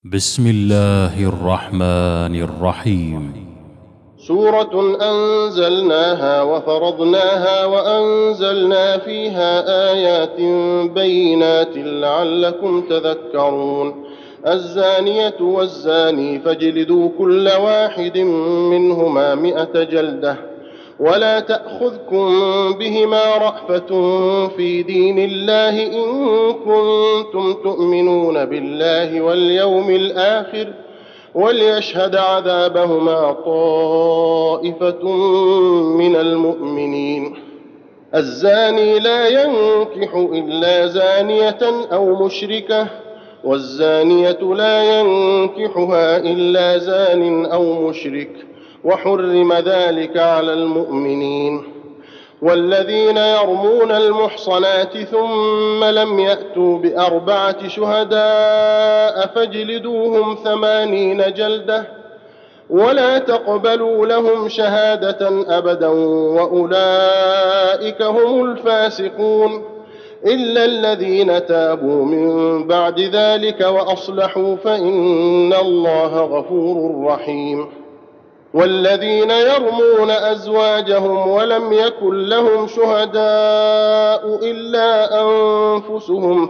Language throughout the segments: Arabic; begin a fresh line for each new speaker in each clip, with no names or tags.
بسم الله الرحمن الرحيم.
سورة أنزلناها وفرضناها وأنزلنا فيها آيات بينات لعلكم تذكرون. الزانية والزاني فاجلدوا كل واحد منهما 100 جلدة، ولا تأخذكم بهما رأفة في دين الله إن كنتم تؤمنون بالله واليوم الآخر، وليشهد عذابهما طائفة من المؤمنين. الزاني لا ينكح إلا زانية أو مشركة، والزانية لا ينكحها إلا زان أو مشرك، وحرم ذلك على المؤمنين. والذين يرمون المحصنات ثم لم يأتوا ب4 شهداء فاجلدوهم 80 جلدة، ولا تقبلوا لهم شهادة أبدا، وأولئك هم الفاسقون، إلا الذين تابوا من بعد ذلك وأصلحوا فإن الله غفور رحيم. والذين يرمون أزواجهم ولم يكن لهم شهداء إلا أنفسهم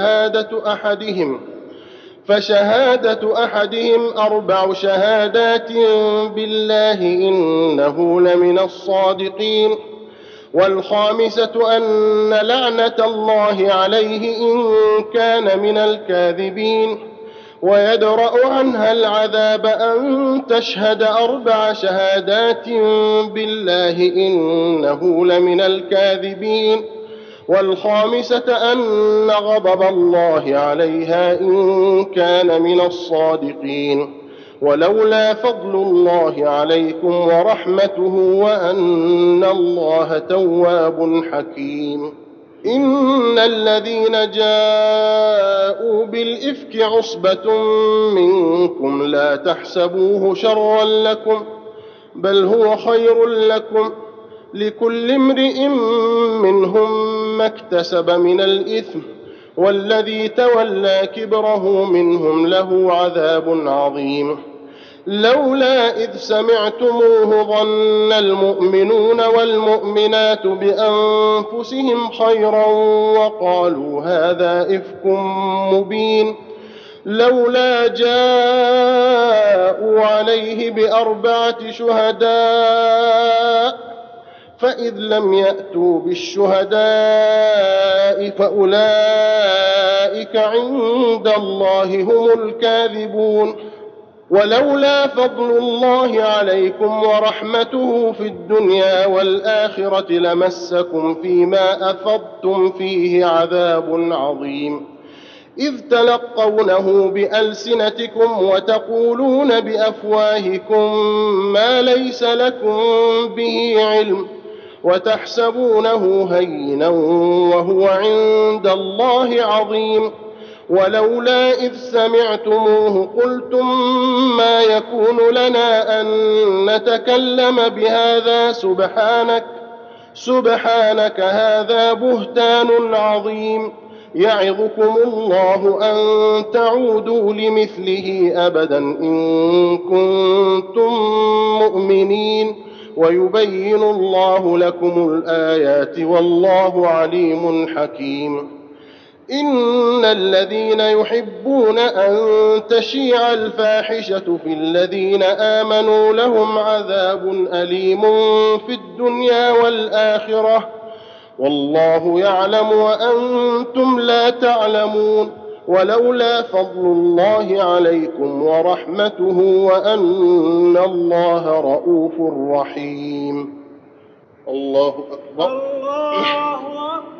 فشهادة أحدهم 4 شهادات بالله إنه لمن الصادقين، والخامسة أن لعنة الله عليه إن كان من الكاذبين، ويدرأ عنها العذاب أن تشهد 4 شهادات بالله إنه لمن الكاذبين، والخامسة أن غضب الله عليها إن كان من الصادقين. ولولا فضل الله عليكم ورحمته وأن الله تواب حكيم. إن الذين جاءوا بالإفك عصبة منكم لا تحسبوه شرا لكم، بل هو خير لكم، لكل امرئ منهم ما اكتسب من الإثم، والذي تولى كبره منهم له عذاب عظيم. لولا إذ سمعتموه ظن المؤمنون والمؤمنات بأنفسهم خيرا وقالوا هذا إفك مبين، لولا جاءوا عليه ب4 شهداء، فإذ لم يأتوا بالشهداء فأولئك عند الله هم الكاذبون. ولولا فضل الله عليكم ورحمته في الدنيا والآخرة لمسكم فيما أفضتم فيه عذاب عظيم، إذ تلقونه بألسنتكم وتقولون بأفواهكم ما ليس لكم به علم، وتحسبونه هينا وهو عند الله عظيم. ولولا إذ سمعتموه قلتم ما يكون لنا أن نتكلم بهذا، سبحانك هذا بهتان عظيم. يعظكم الله أن تعودوا لمثله أبدا إن كنتم مؤمنين، ويبين الله لكم الآيات والله عليم حكيم. إن الذين يحبون أن تشيع الفاحشة في الذين آمنوا لهم عذاب أليم في الدنيا والآخرة، والله يعلم وأنتم لا تعلمون. ولولا فضل الله عليكم ورحمته وأن الله رءوف رحيم. الله أكبر.
الله أكبر.